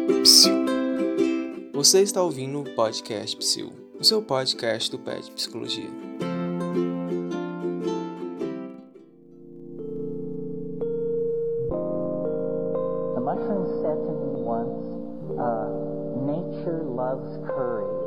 Psiu. Você está ouvindo o podcast Psiu, o seu podcast do PET Psicologia. The mushroom said to me once, nature loves courage.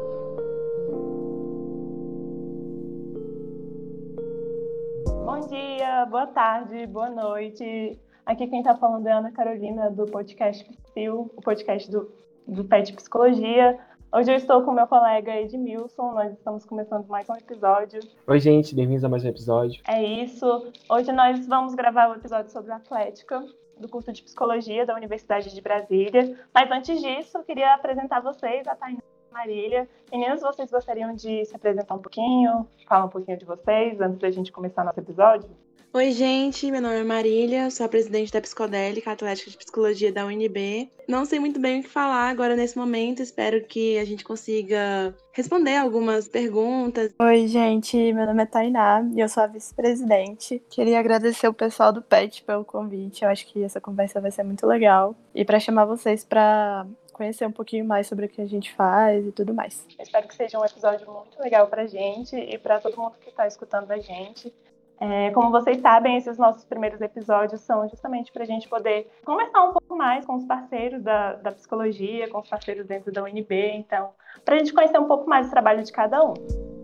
Bom dia, boa tarde, boa noite. Aqui quem está falando é a Ana Carolina, do podcast Psiu, o podcast do PET Psicologia. Hoje eu estou com meu colega Edmilson, nós estamos começando mais um episódio. Oi, gente, bem-vindos a mais um episódio. É isso, hoje nós vamos gravar o episódio sobre atlética, do curso de Psicologia da Universidade de Brasília. Mas antes disso, eu queria apresentar vocês, a Tainá e a Marília. Meninas, vocês gostariam de se apresentar um pouquinho, falar um pouquinho de vocês, antes da gente começar nosso episódio? Oi, gente, meu nome é Marília, sou a presidente da Psicodélica, Atlética de Psicologia da UNB. Não sei muito bem o que falar agora nesse momento, espero que a gente consiga responder algumas perguntas. Oi, gente, meu nome é Tainá e eu sou a vice-presidente. Queria agradecer o pessoal do PET pelo convite, eu acho que essa conversa vai ser muito legal. E para chamar vocês para conhecer um pouquinho mais sobre o que a gente faz e tudo mais. Eu espero que seja um episódio muito legal pra gente e para todo mundo que está escutando a gente. Como vocês sabem, esses nossos primeiros episódios são justamente para a gente poder conversar um pouco mais com os parceiros da psicologia, com os parceiros dentro da UNB, então, para a gente conhecer um pouco mais o trabalho de cada um.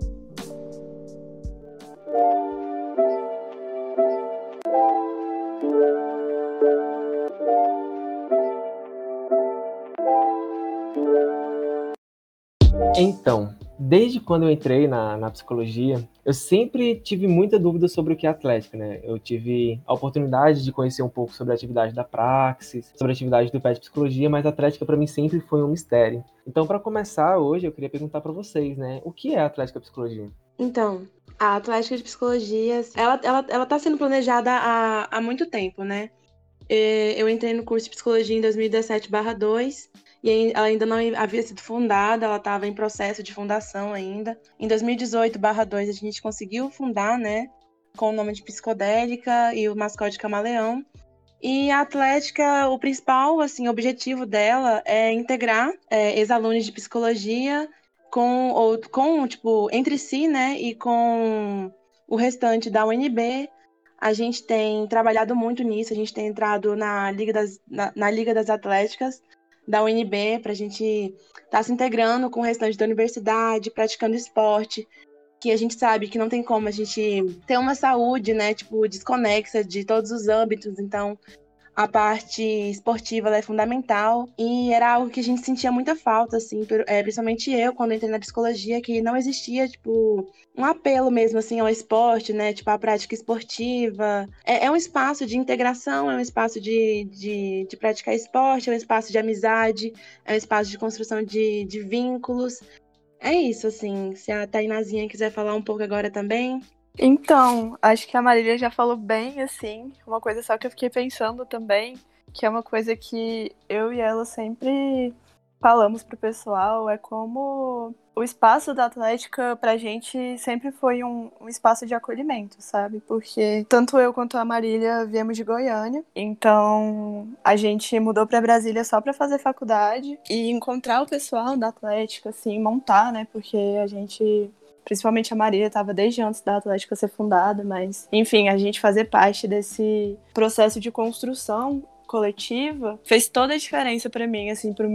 Então, desde quando eu entrei na psicologia, eu sempre tive muita dúvida sobre o que é atlética, né? Eu tive a oportunidade de conhecer um pouco sobre a atividade da praxis, sobre a atividade do PET Psicologia, mas a atlética para mim sempre foi um mistério. Então, para começar hoje, eu queria perguntar para vocês, né? O que é a Atlética Psicologia? Então, a Atlética de Psicologia, ela tá sendo planejada há muito tempo, né? Eu entrei no curso de Psicologia em 2017/2, e ela ainda não havia sido fundada, ela estava em processo de fundação ainda. Em 2018/2 a gente conseguiu fundar, né, com o nome de Psicodélica e o mascote Camaleão. E a Atlética, o principal objetivo dela é integrar ex-alunos de psicologia entre si, né, e com o restante da UNB. A gente tem trabalhado muito nisso, a gente tem entrado na Liga das Atléticas da UNB para a gente estar se integrando com o restante da universidade, praticando esporte, que a gente sabe que não tem como a gente ter uma saúde, né, desconexa de todos os âmbitos. Então, a parte esportiva ela é fundamental e era algo que a gente sentia muita falta, principalmente eu, quando entrei na psicologia, que não existia, um apelo mesmo, ao esporte, né, a prática esportiva. É um espaço de integração, é um espaço de praticar esporte, é um espaço de amizade, é um espaço de construção de vínculos. É isso, se a Tainazinha quiser falar um pouco agora também. Então, acho que a Marília já falou bem, uma coisa só que eu fiquei pensando também, que é uma coisa que eu e ela sempre falamos pro pessoal, é como o espaço da Atlética pra gente sempre foi um espaço de acolhimento, sabe? Porque tanto eu quanto a Marília viemos de Goiânia, então a gente mudou pra Brasília só pra fazer faculdade e encontrar o pessoal da Atlética, montar, né? Porque a gente... Principalmente a Marília estava desde antes da Atlética ser fundada, mas, enfim, a gente fazer parte desse processo de construção coletiva fez toda a diferença para mim,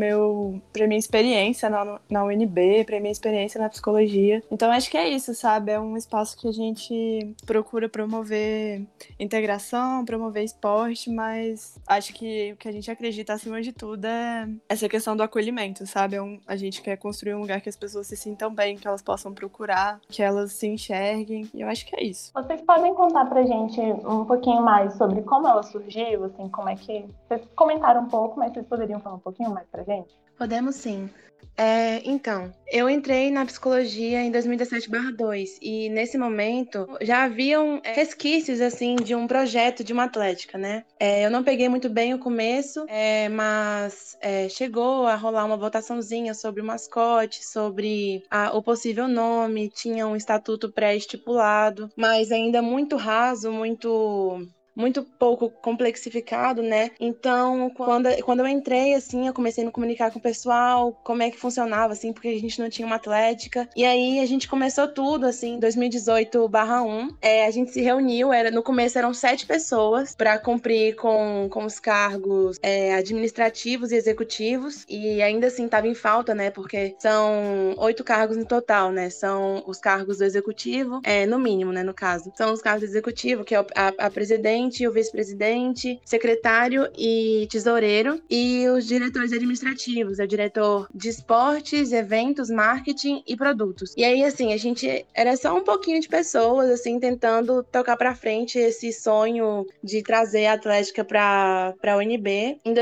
pra minha experiência na UNB, pra minha experiência na psicologia. Então acho que é isso, sabe? É um espaço que a gente procura promover integração, promover esporte, mas acho que o que a gente acredita acima de tudo é essa questão do acolhimento, sabe? A gente quer construir um lugar que as pessoas se sintam bem, que elas possam procurar, que elas se enxerguem, e eu acho que é isso. Vocês podem contar pra gente um pouquinho mais sobre como ela surgiu, como é que... Vocês comentaram um pouco, mas vocês poderiam falar um pouquinho mais pra gente? Podemos sim. Então, eu entrei na psicologia em 2017/2 e nesse momento já haviam resquícios de um projeto de uma atlética, né? Eu não peguei muito bem o começo, mas chegou a rolar uma votaçãozinha sobre o mascote, sobre o possível nome, tinha um estatuto pré-estipulado, mas ainda muito raso, muito muito pouco complexificado, né? Então, quando eu entrei, assim, eu comecei a me comunicar com o pessoal, como é que funcionava, assim, porque a gente não tinha uma atlética. E aí a gente começou tudo, assim, em 2018/1. A gente se reuniu, no começo eram 7 pessoas para cumprir com os cargos administrativos e executivos. E ainda assim estava em falta, né? Porque são 8 cargos no total, né? São os cargos do executivo, no mínimo, né? No caso. São os cargos do executivo, que é a presidente, o vice-presidente, secretário e tesoureiro. E os diretores administrativos, é o diretor de esportes, eventos, marketing e produtos. E aí, assim, a gente era só um pouquinho de pessoas, assim, tentando tocar pra frente esse sonho de trazer a Atlética pra UNB. Em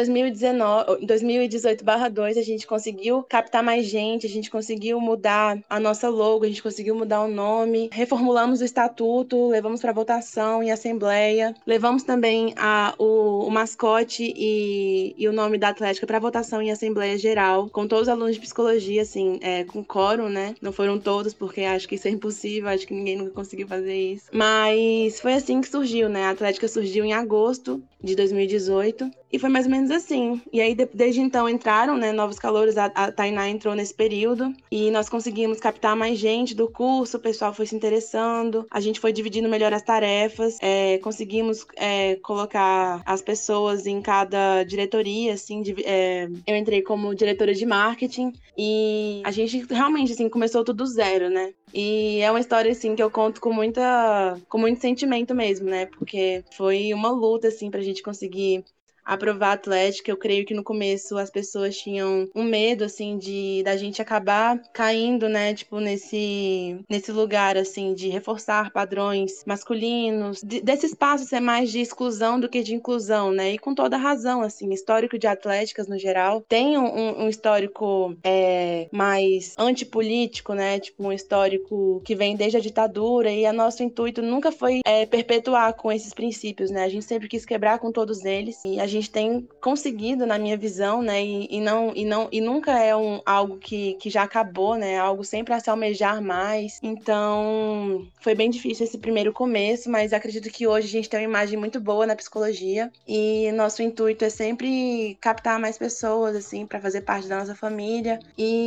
2018/2, a gente conseguiu captar mais gente, a gente conseguiu mudar a nossa logo, a gente conseguiu mudar o nome, reformulamos o estatuto, levamos para votação em assembleia, levamos também o mascote e o nome da Atlética para votação em assembleia geral, com todos os alunos de psicologia, assim, com quórum, né? Não foram todos, porque acho que isso é impossível, acho que ninguém nunca conseguiu fazer isso. Mas foi assim que surgiu, né? A Atlética surgiu em agosto de 2018 e foi mais ou menos assim. E aí, desde então, entraram, né, novos calouros, a Tainá entrou nesse período e nós conseguimos captar mais gente do curso, o pessoal foi se interessando, a gente foi dividindo melhor as tarefas, conseguimos colocar as pessoas em cada diretoria, assim, eu entrei como diretora de marketing e a gente realmente, assim, começou tudo do zero, né? E é uma história, assim, que eu conto com muito sentimento mesmo, né? Porque foi uma luta, assim, pra gente conseguir aprovar a Atlética. Eu creio que no começo as pessoas tinham um medo, assim, da gente acabar caindo, né, tipo, nesse lugar, assim, de reforçar padrões masculinos, desse espaço ser mais de exclusão do que de inclusão, né, e com toda razão, assim, histórico de atléticas no geral tem um histórico mais antipolítico, né, tipo, um histórico que vem desde a ditadura, e nosso intuito nunca foi perpetuar com esses princípios, né, a gente sempre quis quebrar com todos eles, e a gente tem conseguido, na minha visão, né, e nunca é algo que já acabou, né, algo sempre a se almejar mais. Então, foi bem difícil esse primeiro começo, mas acredito que hoje a gente tem uma imagem muito boa na psicologia e nosso intuito é sempre captar mais pessoas, assim, para fazer parte da nossa família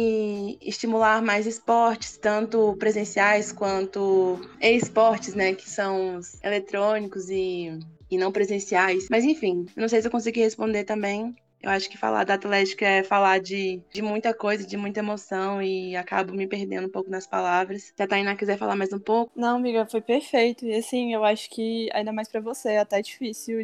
e estimular mais esportes, tanto presenciais quanto e-esportes, né, que são os eletrônicos e não presenciais. Mas enfim, eu não sei se eu consegui responder também. Eu acho que falar da Atlética é falar de muita coisa, de muita emoção e acabo me perdendo um pouco nas palavras. Se a Tainá quiser falar mais um pouco. Não, amiga, foi perfeito. E assim, eu acho que, ainda mais pra você, é até difícil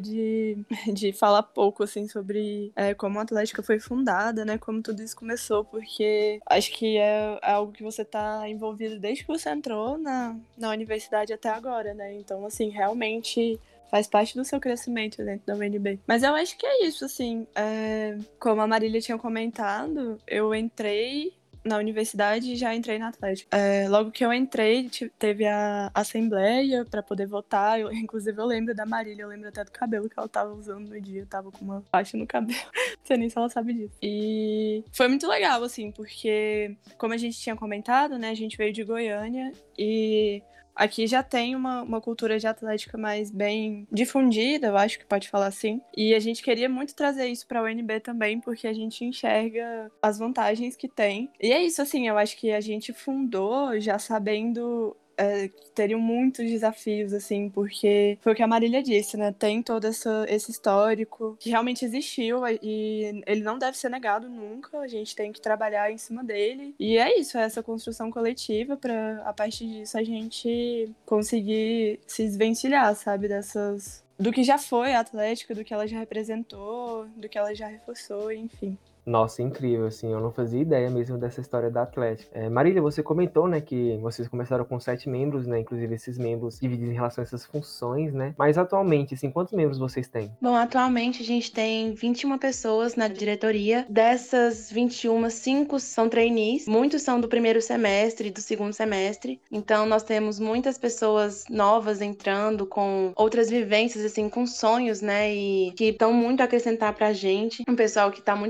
de falar pouco, assim, sobre como a Atlética foi fundada, né? Como tudo isso começou, porque acho que é algo que você tá envolvido desde que você entrou na universidade até agora, né? Então, assim, realmente faz parte do seu crescimento dentro da UNB. Mas eu acho que é isso, assim. Como a Marília tinha comentado, eu entrei na universidade e já entrei na Atlética. Logo que eu entrei, teve a assembleia para poder votar. Inclusive, eu lembro da Marília, eu lembro até do cabelo que ela tava usando no dia. Eu tava com uma faixa no cabelo. Não sei nem se ela sabe disso. E foi muito legal, assim, porque, como a gente tinha comentado, né, a gente veio de Goiânia e aqui já tem uma cultura de atlética mais bem difundida, eu acho que pode falar assim. E a gente queria muito trazer isso para a UNB também, porque a gente enxerga as vantagens que tem. E é isso, assim, eu acho que a gente fundou já sabendo que teriam muitos desafios, assim, porque foi o que a Marília disse, né? Tem todo esse histórico que realmente existiu e ele não deve ser negado nunca, a gente tem que trabalhar em cima dele. E é isso, é essa construção coletiva para a partir disso a gente conseguir se desvencilhar, sabe, do que já foi a Atlética, do que ela já representou, do que ela já reforçou, enfim. Nossa, incrível, assim, eu não fazia ideia mesmo dessa história da Atlética. Marília, você comentou, né, que vocês começaram com 7 membros, né, inclusive esses membros divididos em relação a essas funções, né, mas atualmente, assim, quantos membros vocês têm? Bom, atualmente a gente tem 21 pessoas na diretoria, dessas 21, 5 são trainees, muitos são do primeiro semestre e do segundo semestre, então nós temos muitas pessoas novas entrando com outras vivências, assim, com sonhos, né, e que estão muito a acrescentar pra gente, um pessoal que tá muito animado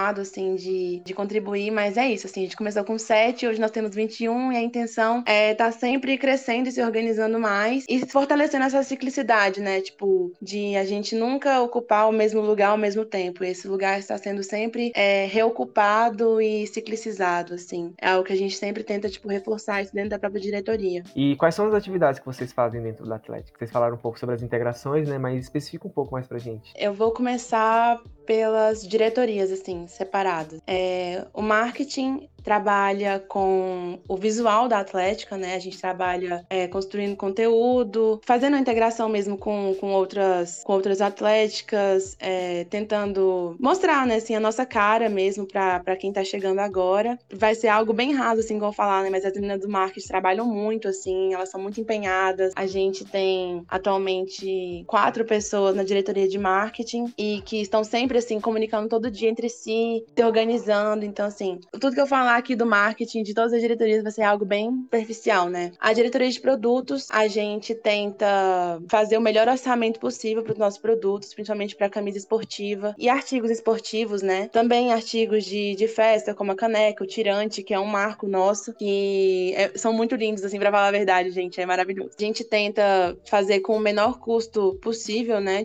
animado, assim, de contribuir, mas é isso, assim, a gente começou com 7, hoje nós temos 21 e a intenção é estar sempre crescendo e se organizando mais e fortalecendo essa ciclicidade, né, tipo, de a gente nunca ocupar o mesmo lugar ao mesmo tempo, esse lugar está sendo sempre reocupado e ciclicizado, assim, é algo que a gente sempre tenta, tipo, reforçar isso dentro da própria diretoria. E quais são as atividades que vocês fazem dentro do Atlético? Vocês falaram um pouco sobre as integrações, né? Mas especifica um pouco mais pra gente. Eu vou começar pelas diretorias, assim, separadas. O marketing trabalha com o visual da Atlética, né? A gente trabalha construindo conteúdo, fazendo a integração mesmo com outras atléticas, tentando mostrar, né, assim, a nossa cara mesmo para quem tá chegando agora. Vai ser algo bem raso, assim, como eu falar, né? Mas as meninas do marketing trabalham muito, assim, elas são muito empenhadas. A gente tem atualmente 4 pessoas na diretoria de marketing e que estão sempre, assim, comunicando todo dia entre si, se organizando. Então, assim, tudo que eu falar aqui do marketing, de todas as diretorias, vai ser algo bem superficial, né? A diretoria de produtos, a gente tenta fazer o melhor orçamento possível para os nossos produtos, principalmente para camisa esportiva e artigos esportivos, né? Também artigos de festa, como a caneca, o tirante, que é um marco nosso, que são muito lindos, assim, para falar a verdade, gente, é maravilhoso. A gente tenta fazer com o menor custo possível, né?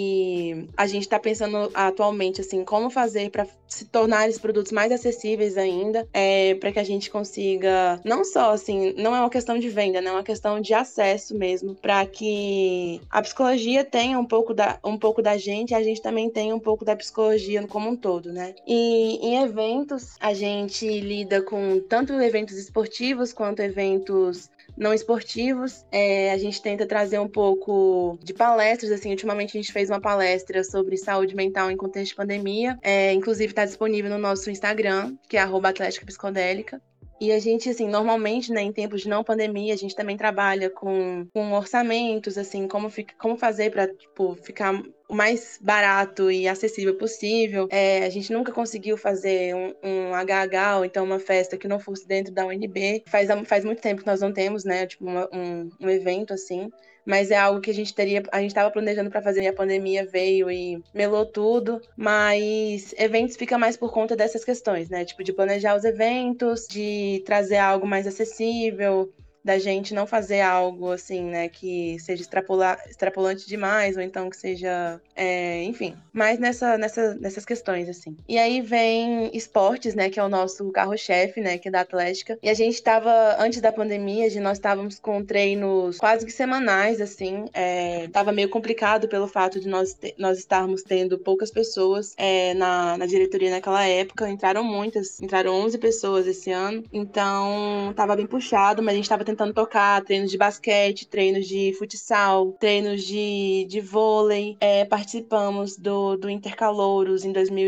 E a gente tá pensando atualmente, assim, como fazer para se tornar esses produtos mais acessíveis ainda, para que a gente consiga, não só, assim, não é uma questão de venda, né? É uma questão de acesso mesmo, para que a psicologia tenha um pouco da gente e a gente também tenha um pouco da psicologia como um todo, né? E em eventos, a gente lida com tanto eventos esportivos quanto eventos não esportivos. A gente tenta trazer um pouco de palestras, assim, ultimamente a gente fez uma palestra sobre saúde mental em contexto de pandemia, inclusive está disponível no nosso Instagram, que é @atleticapsicodélica. E a gente, assim, normalmente, né, em tempos de não pandemia, a gente também trabalha com orçamentos, assim, como fazer para, tipo, ficar o mais barato e acessível possível. A gente nunca conseguiu fazer um HH, ou então uma festa que não fosse dentro da UNB. Faz muito tempo que nós não temos, né, tipo, um evento assim. Mas é algo que a gente estava planejando para fazer e a pandemia veio e melou tudo. Mas eventos fica mais por conta dessas questões, né? Tipo, de planejar os eventos, de trazer algo mais acessível, da gente não fazer algo assim, né, que seja extrapolante demais, ou então que seja, enfim, mais nessas questões, assim. E aí vem esportes, né, que é o nosso carro-chefe, né, que é da Atlética. E a gente tava, antes da pandemia, nós estávamos com treinos quase que semanais, assim. Tava meio complicado pelo fato de nós estarmos tendo poucas pessoas na diretoria naquela época. Entraram 11 pessoas esse ano. Então, tava bem puxado, mas a gente tava tentando tocar treinos de basquete, treinos de futsal, treinos de vôlei. Participamos do Intercalouros em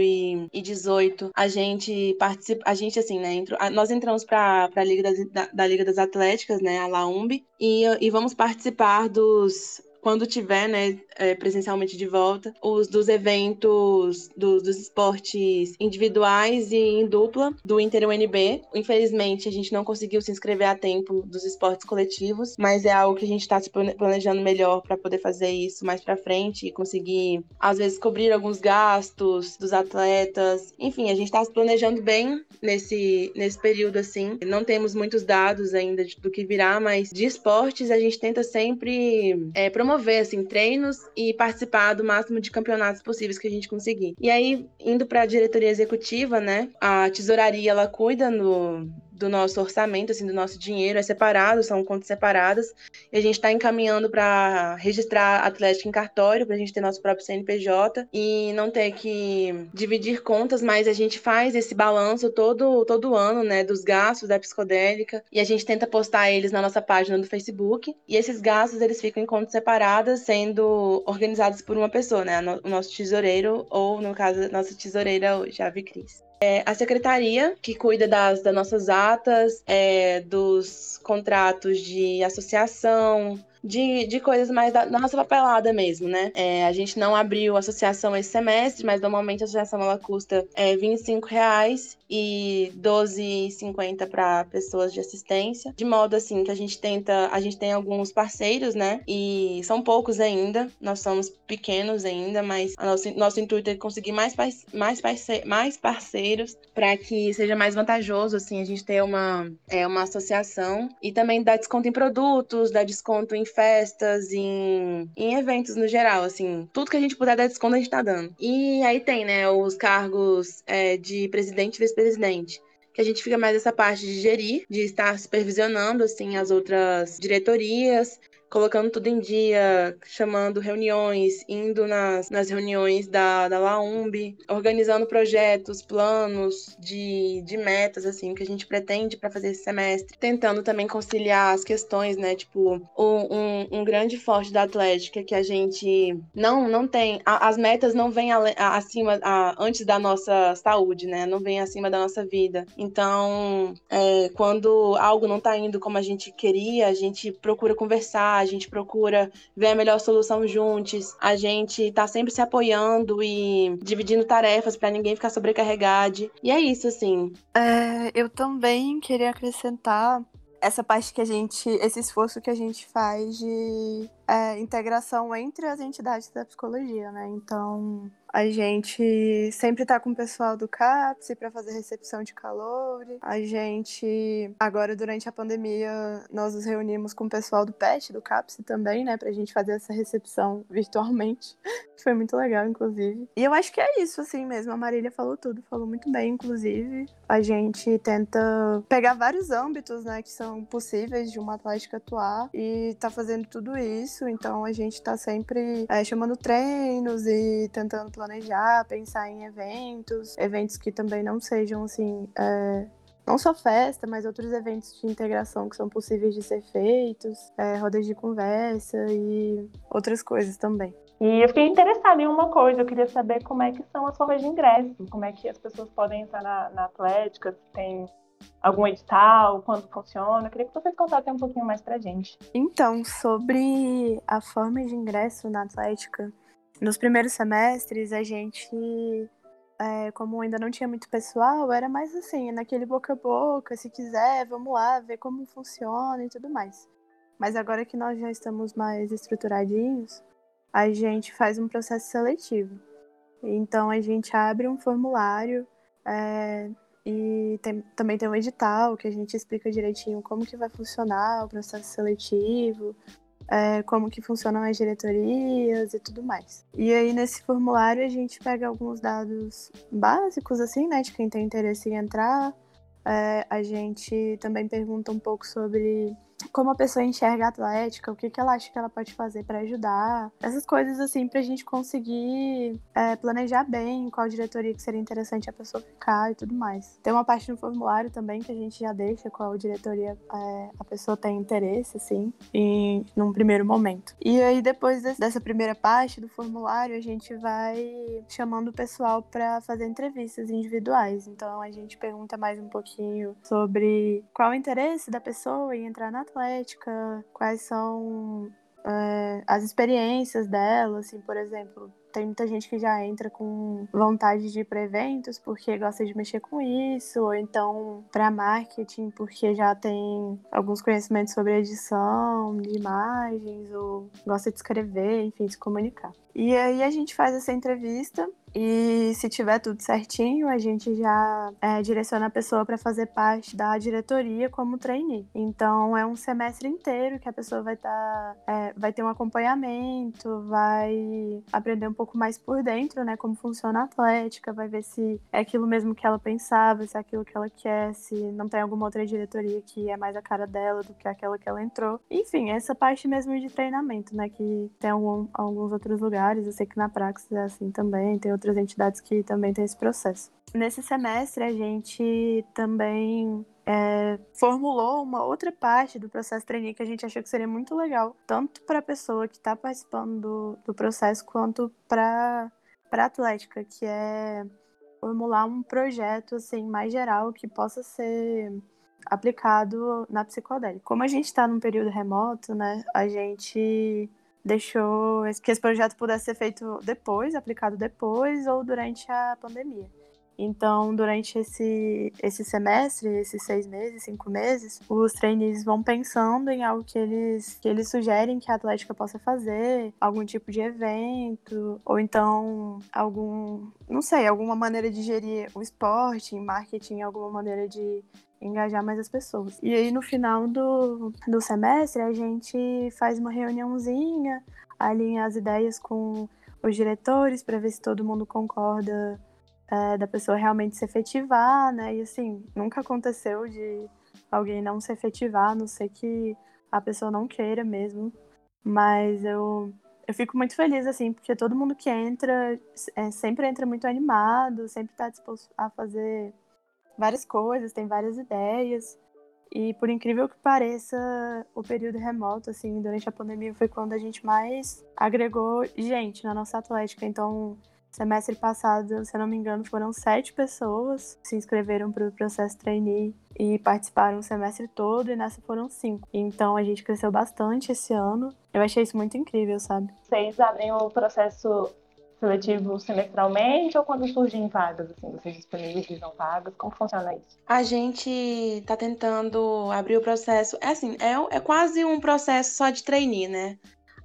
2018. A gente, assim, né, nós entramos para a Liga da Liga das Atléticas, né, a LAUMB, e vamos participar quando tiver, né, presencialmente de volta, dos eventos dos esportes individuais e em dupla do Inter UNB. Infelizmente, a gente não conseguiu se inscrever a tempo dos esportes coletivos, mas é algo que a gente está se planejando melhor para poder fazer isso mais para frente e conseguir, às vezes, cobrir alguns gastos dos atletas. Enfim, a gente está se planejando bem nesse período, assim. Não temos muitos dados ainda do que virá, mas de esportes a gente tenta sempre promover, assim, treinos e participar do máximo de campeonatos possíveis que a gente conseguir. E aí, indo para a diretoria executiva, né, a tesouraria, ela cuida do nosso orçamento, assim, do nosso dinheiro, é separado, são contas separadas, e a gente está encaminhando para registrar a Atlética em cartório, para a gente ter nosso próprio CNPJ e não ter que dividir contas, mas a gente faz esse balanço todo ano, né, dos gastos da psicodélica, e a gente tenta postar eles na nossa página do Facebook, e esses gastos, eles ficam em contas separadas, sendo organizados por uma pessoa, né, o nosso tesoureiro, ou, no caso, a nossa tesoureira hoje, a Vicris. A secretaria, que cuida das nossas atas, dos contratos de associação, de coisas mais da nossa papelada mesmo, né? A gente não abriu associação esse semestre, mas normalmente a associação ela custa R$ 25 e R$ 12,50 para pessoas de assistência. De modo assim que a gente tem alguns parceiros, né? E são poucos ainda, nós somos pequenos ainda, mas nosso intuito é conseguir mais parceiros para que seja mais vantajoso, assim, a gente ter uma associação e também dar desconto em produtos, dar desconto em festas, em eventos no geral, assim, tudo que a gente puder dar desconto a gente tá dando. E aí tem, né, os cargos de presidente e vice-presidente, que a gente fica mais essa parte de gerir, de estar supervisionando, assim, as outras diretorias, colocando tudo em dia, chamando reuniões, indo nas reuniões da LAUMB, organizando projetos, planos de metas, assim, que a gente pretende para fazer esse semestre, tentando também conciliar as questões, né, tipo, um grande forte da Atlética que a gente não tem, as metas não vêm acima, antes da nossa saúde, né, não vêm acima da nossa vida. Então, quando algo não tá indo como a gente queria, a gente procura conversar, a gente procura ver a melhor solução juntos, a gente tá sempre se apoiando e dividindo tarefas para ninguém ficar sobrecarregado. E é isso, assim. Eu também queria acrescentar essa parte esse esforço que a gente faz de integração entre as entidades da psicologia, né? Então, a gente sempre tá com o pessoal do CAPS para fazer recepção de calor. A gente, agora durante a pandemia, nós nos reunimos com o pessoal do PET, do CAPS também, né? Pra gente fazer essa recepção virtualmente. Foi muito legal, inclusive. E eu acho que é isso, assim mesmo. A Marília falou tudo, falou muito bem, inclusive. A gente tenta pegar vários âmbitos, né, que são possíveis de uma atlética atuar e tá fazendo tudo isso. Então a gente tá sempre chamando treinos e tentando planejar, pensar em eventos que também não sejam, assim, não só festa, mas outros eventos de integração que são possíveis de ser feitos, rodas de conversa e outras coisas também. E eu fiquei interessada em uma coisa, eu queria saber como é que são as formas de ingresso, como é que as pessoas podem entrar na Atlética, se tem algum edital, quando funciona. Eu queria que vocês contassem um pouquinho mais pra gente. Então, sobre a forma de ingresso na Atlética, nos primeiros semestres a gente, como ainda não tinha muito pessoal, era mais assim, naquele boca a boca, se quiser, vamos lá, ver como funciona e tudo mais. Mas agora que nós já estamos mais estruturadinhos, a gente faz um processo seletivo. Então a gente abre um formulário e também tem um edital que a gente explica direitinho como que vai funcionar o processo seletivo, como que funcionam as diretorias e tudo mais. E aí nesse formulário a gente pega alguns dados básicos, assim, né, de quem tem interesse em entrar. A gente também pergunta um pouco sobre como a pessoa enxerga a atlética, o que ela acha que ela pode fazer para ajudar. Essas coisas, assim, pra gente conseguir planejar bem qual diretoria que seria interessante a pessoa ficar e tudo mais. Tem uma parte no formulário também que a gente já deixa qual diretoria a pessoa tem interesse, assim, num primeiro momento. E aí, depois dessa primeira parte do formulário, a gente vai chamando o pessoal para fazer entrevistas individuais. Então, a gente pergunta mais um pouquinho sobre qual o interesse da pessoa em entrar na atlética, quais são as experiências dela, assim, por exemplo, tem muita gente que já entra com vontade de ir para eventos porque gosta de mexer com isso, ou então para marketing porque já tem alguns conhecimentos sobre edição de imagens, ou gosta de escrever, enfim, se comunicar. E aí a gente faz essa entrevista e se tiver tudo certinho, a gente já direciona a pessoa para fazer parte da diretoria como trainee. Então é um semestre inteiro que a pessoa vai ter um acompanhamento, vai aprender um pouco mais por dentro, né, como funciona a atlética, vai ver se é aquilo mesmo que ela pensava, se é aquilo que ela quer, se não tem alguma outra diretoria que é mais a cara dela do que aquela que ela entrou. Enfim, essa parte mesmo de treinamento, né, que tem alguns outros lugares, eu sei que na Praxis é assim também, tem outras entidades que também tem esse processo. Nesse semestre, a gente também formulou uma outra parte do processo trainee que a gente achou que seria muito legal, tanto para a pessoa que está participando do processo, quanto para a atlética, que é formular um projeto assim, mais geral, que possa ser aplicado na psicodélica. Como a gente está num período remoto, né, a gente deixou que esse projeto pudesse ser feito depois, aplicado depois ou durante a pandemia. Então, durante esse semestre, esses 6 meses, 5 meses, os trainees vão pensando em algo que eles sugerem que a Atlética possa fazer, algum tipo de evento, ou então alguma maneira de gerir o esporte, marketing, alguma maneira de engajar mais as pessoas. E aí, no final do semestre, a gente faz uma reuniãozinha, alinha as ideias com os diretores para ver se todo mundo concorda da pessoa realmente se efetivar, né? E assim, nunca aconteceu de alguém não se efetivar, a não ser que a pessoa não queira mesmo. Mas eu fico muito feliz, assim, porque todo mundo que entra sempre entra muito animado, sempre está disposto a fazer várias coisas, tem várias ideias. E por incrível que pareça, o período remoto, assim, durante a pandemia foi quando a gente mais agregou gente na nossa Atlética. Então, semestre passado, se eu não me engano, foram 7 pessoas que se inscreveram para o processo trainee e participaram o semestre todo, e nessa foram 5. Então, a gente cresceu bastante esse ano. Eu achei isso muito incrível, sabe? Vocês abrem o processo seletivo semestralmente ou quando surgem vagas, assim, vocês disponibilizam vagas? Como funciona isso? A gente tá tentando abrir o processo. É assim, é quase um processo só de trainee, né?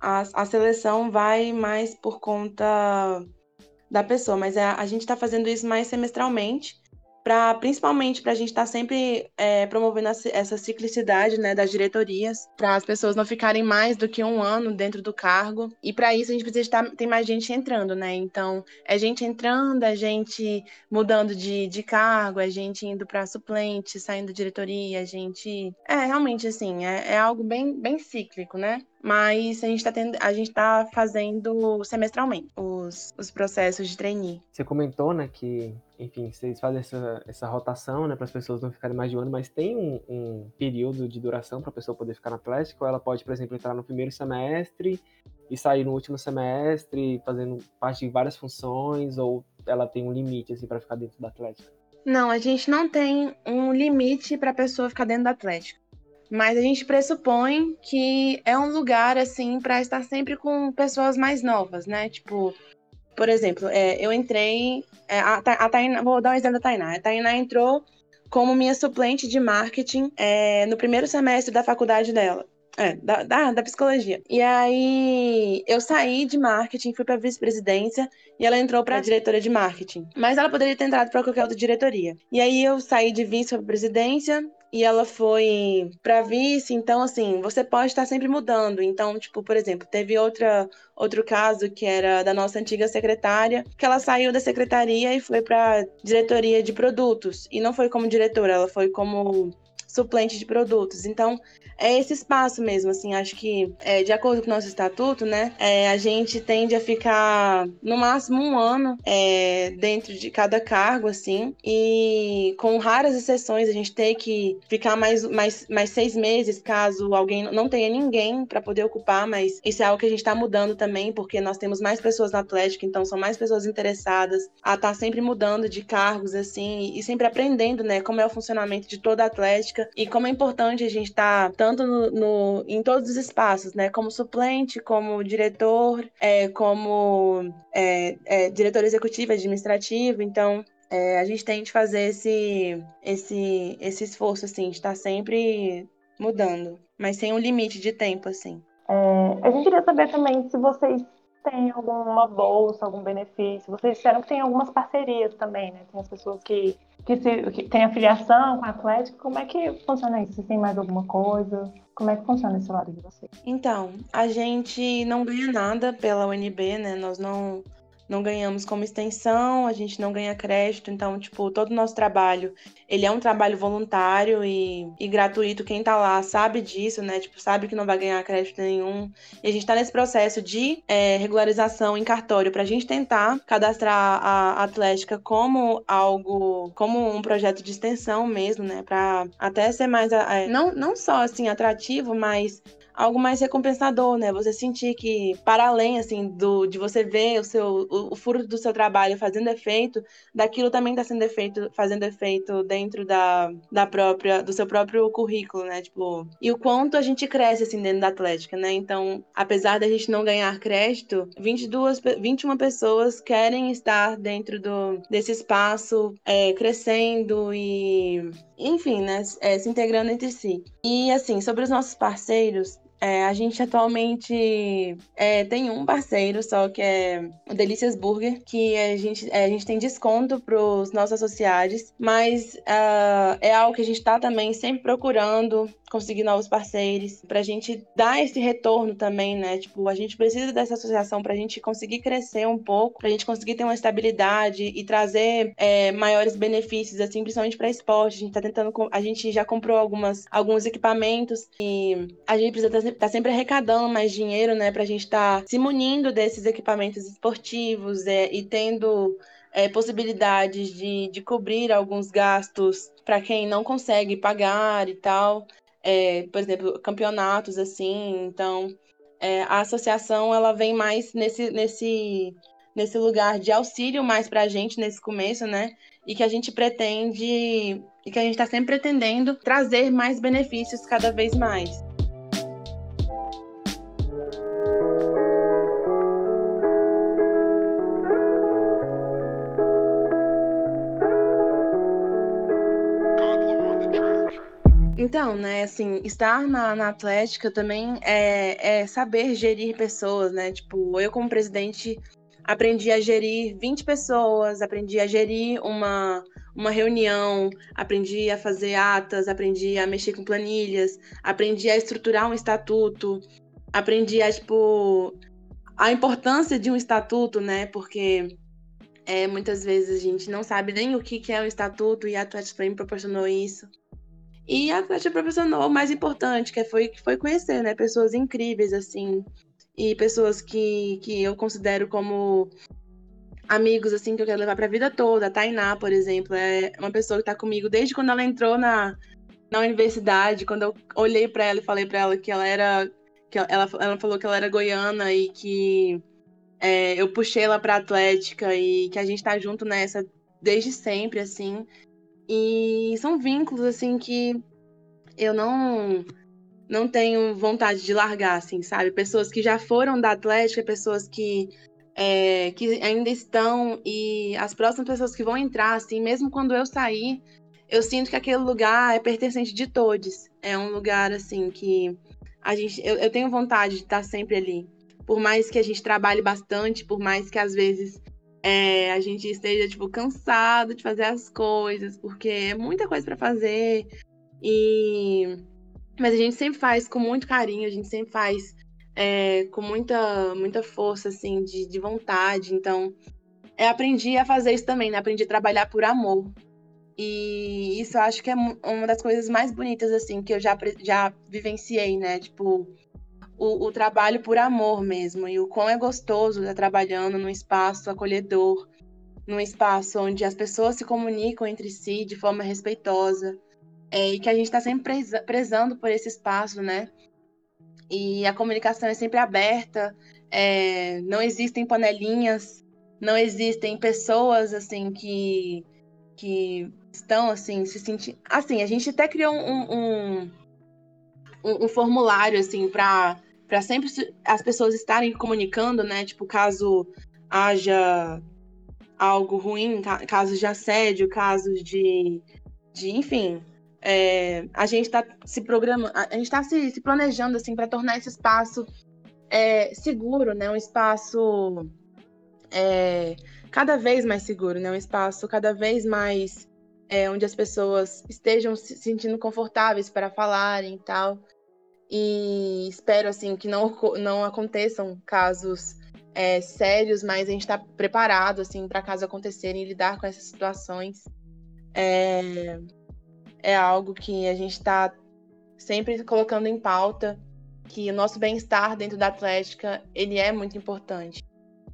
A seleção vai mais por conta da pessoa, mas a gente tá fazendo isso mais semestralmente, principalmente para a gente estar sempre promovendo essa ciclicidade, né, das diretorias, para as pessoas não ficarem mais do que um ano dentro do cargo. E para isso a gente precisa ter mais gente entrando, né? Então, é gente entrando, é gente mudando de cargo, é gente indo para suplente, saindo da diretoria, a gente... realmente, assim, é algo bem, bem cíclico, né? Mas a gente tá fazendo semestralmente os processos de trainee. Você comentou, né, que, enfim, vocês fazem essa rotação, né, para as pessoas não ficarem mais de um ano, mas tem um período de duração para a pessoa poder ficar na Atlética, ou ela pode, por exemplo, entrar no primeiro semestre e sair no último semestre, fazendo parte de várias funções, ou ela tem um limite, assim, para ficar dentro da Atlética? Não, a gente não tem um limite para a pessoa ficar dentro da Atlética. Mas a gente pressupõe que é um lugar, assim, para estar sempre com pessoas mais novas, né? Tipo, por exemplo, eu entrei... a Tainá, vou dar um exemplo da Tainá. A Tainá entrou como minha suplente de marketing no primeiro semestre da faculdade dela. Da psicologia. E aí, eu saí de marketing, fui para vice-presidência e ela entrou para diretora de marketing. Mas ela poderia ter entrado para qualquer outra diretoria. E aí, eu saí de vice para presidência e ela foi para vice. Então, assim, você pode estar sempre mudando. Então, tipo, por exemplo, teve outro caso que era da nossa antiga secretária, que ela saiu da secretaria e foi para diretoria de produtos. E não foi como diretora, ela foi como suplente de produtos. Então, é esse espaço mesmo, assim, acho que, de acordo com o nosso estatuto, né, a gente tende a ficar, no máximo, 1 ano dentro de cada cargo, assim, e com raras exceções, a gente tem que ficar mais 6 meses, caso alguém não tenha ninguém para poder ocupar, mas isso é algo que a gente está mudando também, porque nós temos mais pessoas na Atlética, então são mais pessoas interessadas a estar sempre mudando de cargos, assim, e sempre aprendendo, né, como é o funcionamento de toda a Atlética e como é importante a gente estar tanto em todos os espaços, né? Como suplente, como diretor, como diretor executivo, administrativo. Então, a gente tem de fazer esse esforço, assim, de estar sempre mudando, mas sem um limite de tempo, assim. A gente queria saber também se vocês têm alguma bolsa, algum benefício. Vocês disseram que tem algumas parcerias também, né? Tem as pessoas que têm afiliação com a Atlética. Como é que funciona isso? Vocês têm mais alguma coisa? Como é que funciona esse lado de vocês? Então, a gente não ganha nada pela UNB, né? Nós não ganhamos como extensão, a gente não ganha crédito, então, tipo, todo o nosso trabalho, ele é um trabalho voluntário e gratuito. Quem tá lá sabe disso, né? Tipo, sabe que não vai ganhar crédito nenhum. E a gente tá nesse processo de regularização em cartório pra gente tentar cadastrar a Atlética como um projeto de extensão mesmo, né? Pra até ser mais, não só, assim, atrativo, mas algo mais recompensador, né? Você sentir que, para além, assim, de você ver o fruto do seu trabalho fazendo efeito, daquilo também está sendo fazendo efeito dentro do seu próprio currículo, né? Tipo, e o quanto a gente cresce, assim, dentro da Atlética, né? Então, apesar da gente não ganhar crédito, 21 pessoas querem estar dentro desse espaço, crescendo e, enfim, né? Se integrando entre si. E, assim, sobre os nossos parceiros, a gente atualmente tem um parceiro só, que é o Delícias Burger, que a gente tem desconto para os nossos associados, mas é algo que a gente está também sempre procurando conseguir novos parceiros, para a gente dar esse retorno também, né? Tipo, a gente precisa dessa associação para a gente conseguir crescer um pouco, para a gente conseguir ter uma estabilidade e trazer maiores benefícios, assim, principalmente para esporte. A gente já comprou alguns equipamentos e a gente precisa estar sempre arrecadando mais dinheiro, né? Para a gente estar se munindo desses equipamentos esportivos e tendo possibilidades de cobrir alguns gastos para quem não consegue pagar e tal. Por exemplo, campeonatos, assim. Então, a associação, ela vem mais nesse lugar de auxílio mais para a gente nesse começo, né? E que a gente está sempre pretendendo trazer mais benefícios cada vez mais. Então, né, assim, estar na Atlética também é saber gerir pessoas, né? Tipo, eu como presidente aprendi a gerir 20 pessoas, aprendi a gerir uma reunião, aprendi a fazer atas, aprendi a mexer com planilhas, aprendi a estruturar um estatuto, aprendi a importância de um estatuto, né? Porque muitas vezes a gente não sabe nem o que é um estatuto e a Atlética para mim proporcionou isso. E a Atlética proporcionou o mais importante, que foi conhecer, né, pessoas incríveis, assim, e pessoas que eu considero como amigos, assim, que eu quero levar para a vida toda. A Tainá, por exemplo, é uma pessoa que está comigo desde quando ela entrou na universidade, quando eu olhei para ela e falei para ela que ela falou que ela era goiana e que eu puxei ela para Atlética e que a gente tá junto nessa desde sempre, assim. E são vínculos, assim, que eu não tenho vontade de largar, assim, sabe? Pessoas que já foram da Atlética, pessoas que ainda estão, e as próximas pessoas que vão entrar, assim, mesmo quando eu sair, eu sinto que aquele lugar é pertencente de todos. É um lugar, assim, que eu tenho vontade de estar sempre ali. Por mais que a gente trabalhe bastante, por mais que às vezes a gente esteja, tipo, cansado de fazer as coisas, porque é muita coisa para fazer, mas a gente sempre faz com muito carinho, a gente sempre faz com muita força, assim, de vontade. Então, aprendi a fazer isso também, né? Aprendi a trabalhar por amor. E isso eu acho que é uma das coisas mais bonitas, assim, que eu já vivenciei, né? Tipo, o trabalho por amor mesmo. E o quão é gostoso estar trabalhando num espaço acolhedor, num espaço onde as pessoas se comunicam entre si de forma respeitosa. E que a gente está sempre prezando por esse espaço, né? E a comunicação é sempre aberta, não existem panelinhas, não existem pessoas, assim, que estão, assim, se sentindo... Assim, a gente até criou um formulário, assim, para sempre as pessoas estarem comunicando, né? Tipo, caso haja algo ruim, casos de assédio, casos de enfim... a gente está se programando, a gente está se planejando, assim, para tornar esse espaço seguro, né? Um espaço cada vez mais seguro, né? Um espaço cada vez mais onde as pessoas estejam se sentindo confortáveis para falarem e tal. E espero, assim, que não aconteçam casos sérios, mas a gente está preparado, assim, para caso acontecerem, lidar com essas situações. É algo que a gente está sempre colocando em pauta, que o nosso bem-estar dentro da Atlética, ele é muito importante.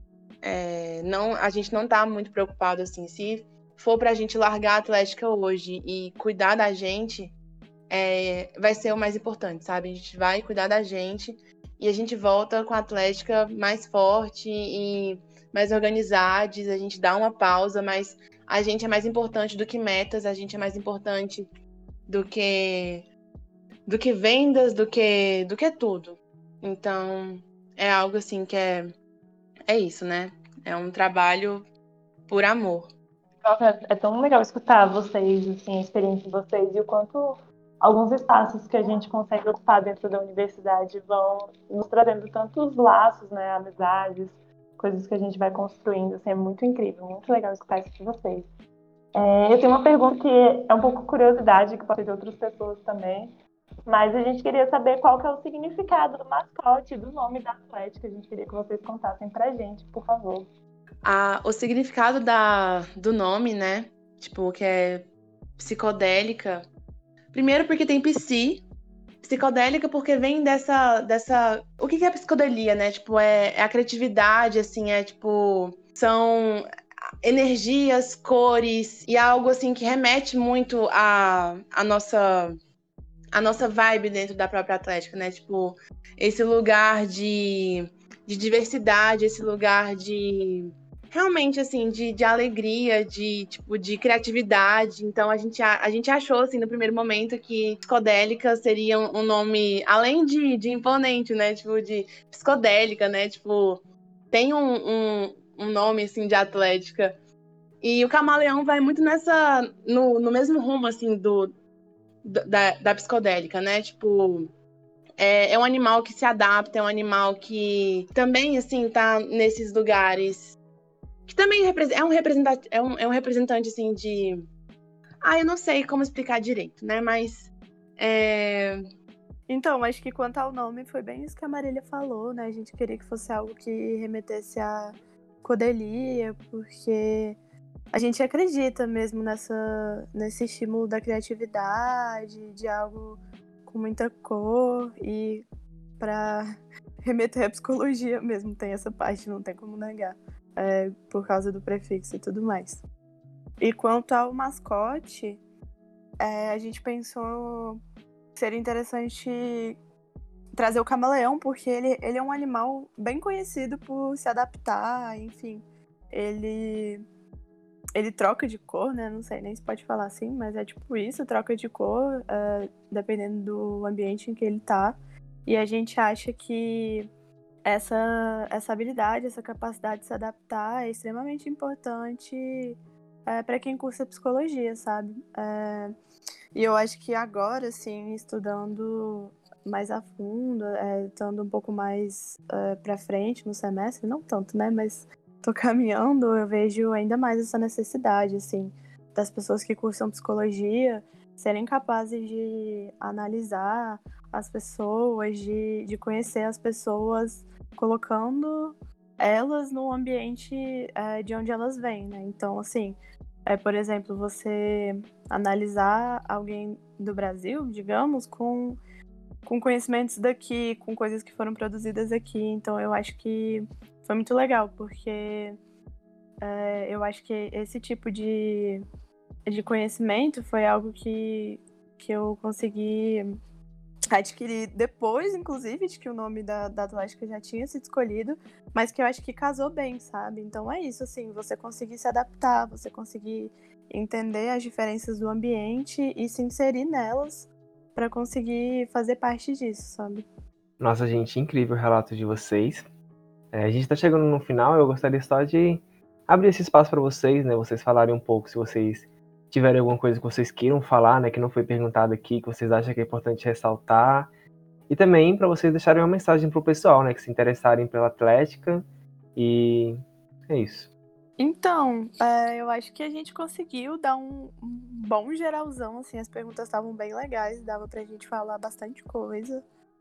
A gente não está muito preocupado, assim, se for para a gente largar a Atlética hoje e cuidar da gente, vai ser o mais importante, sabe? A gente vai cuidar da gente e a gente volta com a Atlética mais forte e mais organizados, a gente dá uma pausa, mas a gente é mais importante do que metas, a gente é mais importante do que vendas, do que tudo. Então, é algo assim que é isso, né? É um trabalho por amor. Nossa, é tão legal escutar vocês, assim, a experiência de vocês e o quanto alguns espaços que a gente consegue ocupar dentro da universidade vão nos trazendo tantos laços, né, amizades, coisas que a gente vai construindo, assim, é muito incrível, muito legal escutar isso de vocês. Eu tenho uma pergunta que é um pouco curiosidade, que pode ser de outras pessoas também, mas a gente queria saber qual que é o significado do mascote, do nome da Atlética. A gente queria que vocês contassem pra gente, por favor. O significado do nome, né? Tipo, que é psicodélica. Primeiro porque tem psicodélica porque vem dessa... O que é psicodelia, né? Tipo, é a criatividade, assim, são energias, cores e algo, assim, que remete muito à nossa vibe dentro da própria Atlética, né? Tipo, esse lugar de diversidade, esse lugar de... Realmente, assim, de alegria, de criatividade. Então, a gente achou, assim, no primeiro momento que psicodélica seria um nome, além de imponente, né? Tipo, de psicodélica, né? Tipo, tem um nome, assim, de Atlética. E o camaleão vai muito no mesmo rumo, assim, da psicodélica, né? Tipo, é um animal que se adapta, é um animal que também, assim, tá nesses lugares que também é um representante, assim, de... eu não sei como explicar direito, né? Mas Então, acho que quanto ao nome, foi bem isso que a Marília falou, né? A gente queria que fosse algo que remetesse à psicodelia, porque a gente acredita mesmo nesse estímulo da criatividade, de algo com muita cor, e para remeter à psicologia mesmo, tem essa parte, não tem como negar, por causa do prefixo e tudo mais. E quanto ao mascote, a gente pensou que seria interessante trazer o camaleão, porque ele é um animal bem conhecido por se adaptar, enfim. Ele troca de cor, né? Não sei nem se pode falar assim, mas é tipo isso, troca de cor, dependendo do ambiente em que ele tá. E a gente acha que essa habilidade, essa capacidade de se adaptar é extremamente importante para quem cursa psicologia, sabe? E eu acho que agora, assim, estudando mais a fundo, estando um pouco mais para frente no semestre, não tanto, né? Mas tô caminhando, eu vejo ainda mais essa necessidade, assim, das pessoas que cursam psicologia serem capazes de analisar as pessoas, de conhecer as pessoas, colocando elas no ambiente de onde elas vêm, né? Então, assim, por exemplo, você analisar alguém do Brasil, digamos, com conhecimentos daqui, com coisas que foram produzidas aqui. Então, eu acho que foi muito legal, porque eu acho que esse tipo de conhecimento foi algo que eu consegui adquirir depois, inclusive, de que o nome da Atlética já tinha sido escolhido, mas que eu acho que casou bem, sabe? Então é isso, assim, você conseguir se adaptar, você conseguir entender as diferenças do ambiente e se inserir nelas para conseguir fazer parte disso, sabe? Nossa, gente, incrível o relato de vocês. A gente está chegando no final, eu gostaria só de abrir esse espaço para vocês, né? Vocês falarem um pouco, se vocês tiverem alguma coisa que vocês queiram falar, né? Que não foi perguntado aqui, que vocês acham que é importante ressaltar. E também para vocês deixarem uma mensagem pro pessoal, né? Que se interessarem pela Atlética. E é isso. Então, eu acho que a gente conseguiu dar um bom geralzão, assim, as perguntas estavam bem legais, dava pra gente falar bastante coisa.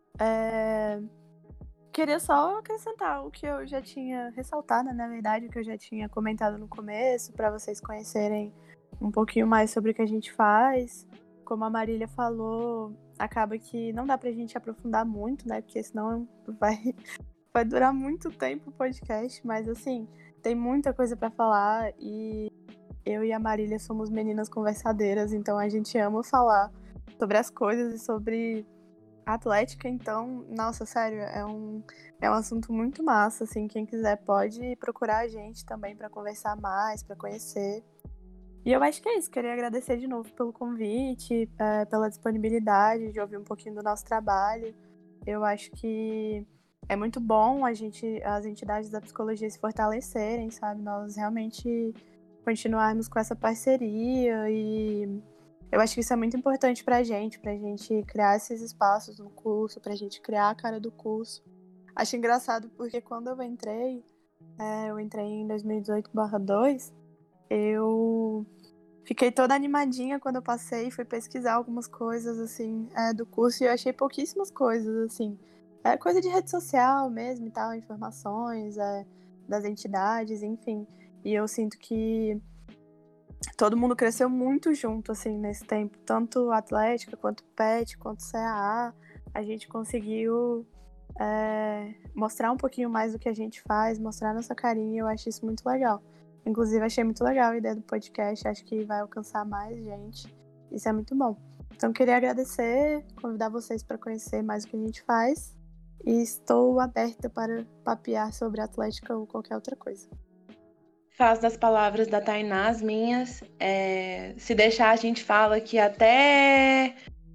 Queria só acrescentar o que eu já tinha ressaltado, na verdade, o que eu já tinha comentado no começo, para vocês conhecerem um pouquinho mais sobre o que a gente faz. Como a Marília falou, acaba que não dá pra gente aprofundar muito, né? Porque senão vai durar muito tempo o podcast, mas assim, tem muita coisa pra falar e eu e a Marília somos meninas conversadeiras, então a gente ama falar sobre as coisas e sobre a atlética. Então, nossa, sério, é um assunto muito massa, assim. Quem quiser pode procurar a gente também para conversar mais, para conhecer. E eu acho que é isso. Queria agradecer de novo pelo convite, pela disponibilidade de ouvir um pouquinho do nosso trabalho. Eu acho que é muito bom as entidades da psicologia se fortalecerem, sabe? Nós realmente continuarmos com essa parceria, e eu acho que isso é muito importante pra gente criar esses espaços no curso, pra gente criar a cara do curso. Acho engraçado porque quando eu entrei em 2018/2, eu fiquei toda animadinha quando eu passei, fui pesquisar algumas coisas, assim, do curso, e eu achei pouquíssimas coisas, assim. É coisa de rede social mesmo e tal, informações das entidades, enfim. E eu sinto que todo mundo cresceu muito junto, assim, nesse tempo. Tanto Atlética, quanto PET, quanto CAA. A gente conseguiu mostrar um pouquinho mais do que a gente faz, mostrar nossa carinha. Eu acho isso muito legal. Inclusive, achei muito legal a ideia do podcast. Acho que vai alcançar mais gente. Isso é muito bom. Então, queria agradecer, convidar vocês para conhecer mais o que a gente faz. E estou aberta para papear sobre Atlética ou qualquer outra coisa. Faço das palavras da Tainá as minhas. Se deixar, a gente fala que até...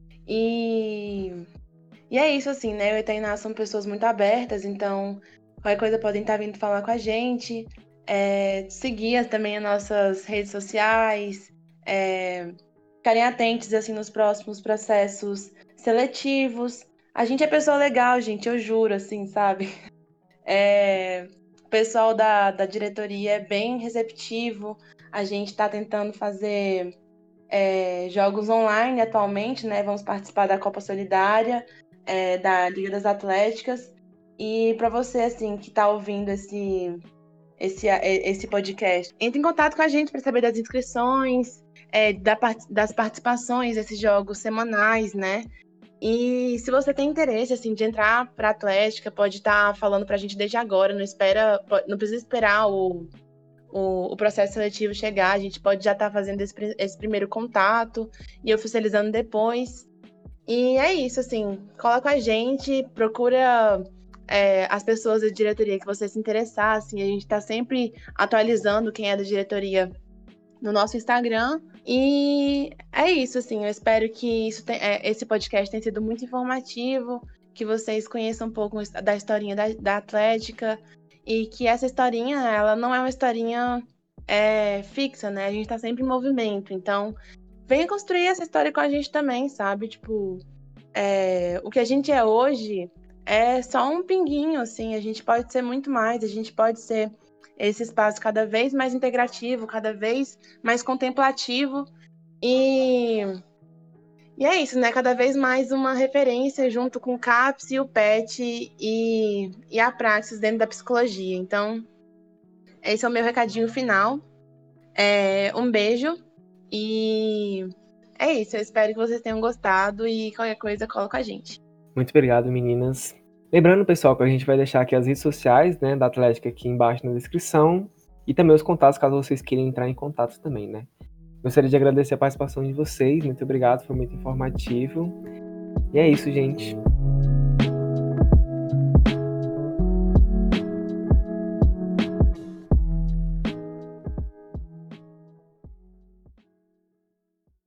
E é isso, assim, né? Eu e a Tainá somos pessoas muito abertas, então qualquer coisa podem estar vindo falar com a gente. Seguir também as nossas redes sociais. Ficarem atentos, assim, nos próximos processos seletivos. A gente é pessoa legal, gente, eu juro, assim, sabe? O pessoal da diretoria é bem receptivo. A gente está tentando fazer jogos online atualmente, né? Vamos participar da Copa Solidária, da Liga das Atléticas. E para você, assim, que está ouvindo esse podcast, entre em contato com a gente para saber das inscrições, das participações desses jogos semanais, né? E se você tem interesse, assim, de entrar para a Atlética, pode estar falando para a gente desde agora, não precisa esperar o processo seletivo chegar, a gente pode já estar fazendo esse primeiro contato e oficializando depois. E é isso, assim, cola com a gente, procura as pessoas da diretoria que você se interessar, assim, a gente está sempre atualizando quem é da diretoria no nosso Instagram. E é isso, assim, eu espero que esse podcast tenha sido muito informativo, que vocês conheçam um pouco da historinha da Atlética, e que essa historinha, ela não é uma historinha fixa, né? A gente tá sempre em movimento, então venha construir essa história com a gente também, sabe? Tipo, o que a gente é hoje é só um pinguinho, assim, a gente pode ser muito mais, a gente pode ser esse espaço cada vez mais integrativo, cada vez mais contemplativo, e é isso, né? Cada vez mais uma referência junto com o CAPS e o PET e a Praxis dentro da psicologia. Então, esse é o meu recadinho final. Um beijo e é isso. Eu espero que vocês tenham gostado e qualquer coisa, cola com a gente. Muito obrigado, meninas. Lembrando, pessoal, que a gente vai deixar aqui as redes sociais, né, da Atlética aqui embaixo na descrição, e também os contatos, caso vocês queiram entrar em contato também, né? Gostaria de agradecer a participação de vocês, muito obrigado, foi muito informativo. E é isso, gente.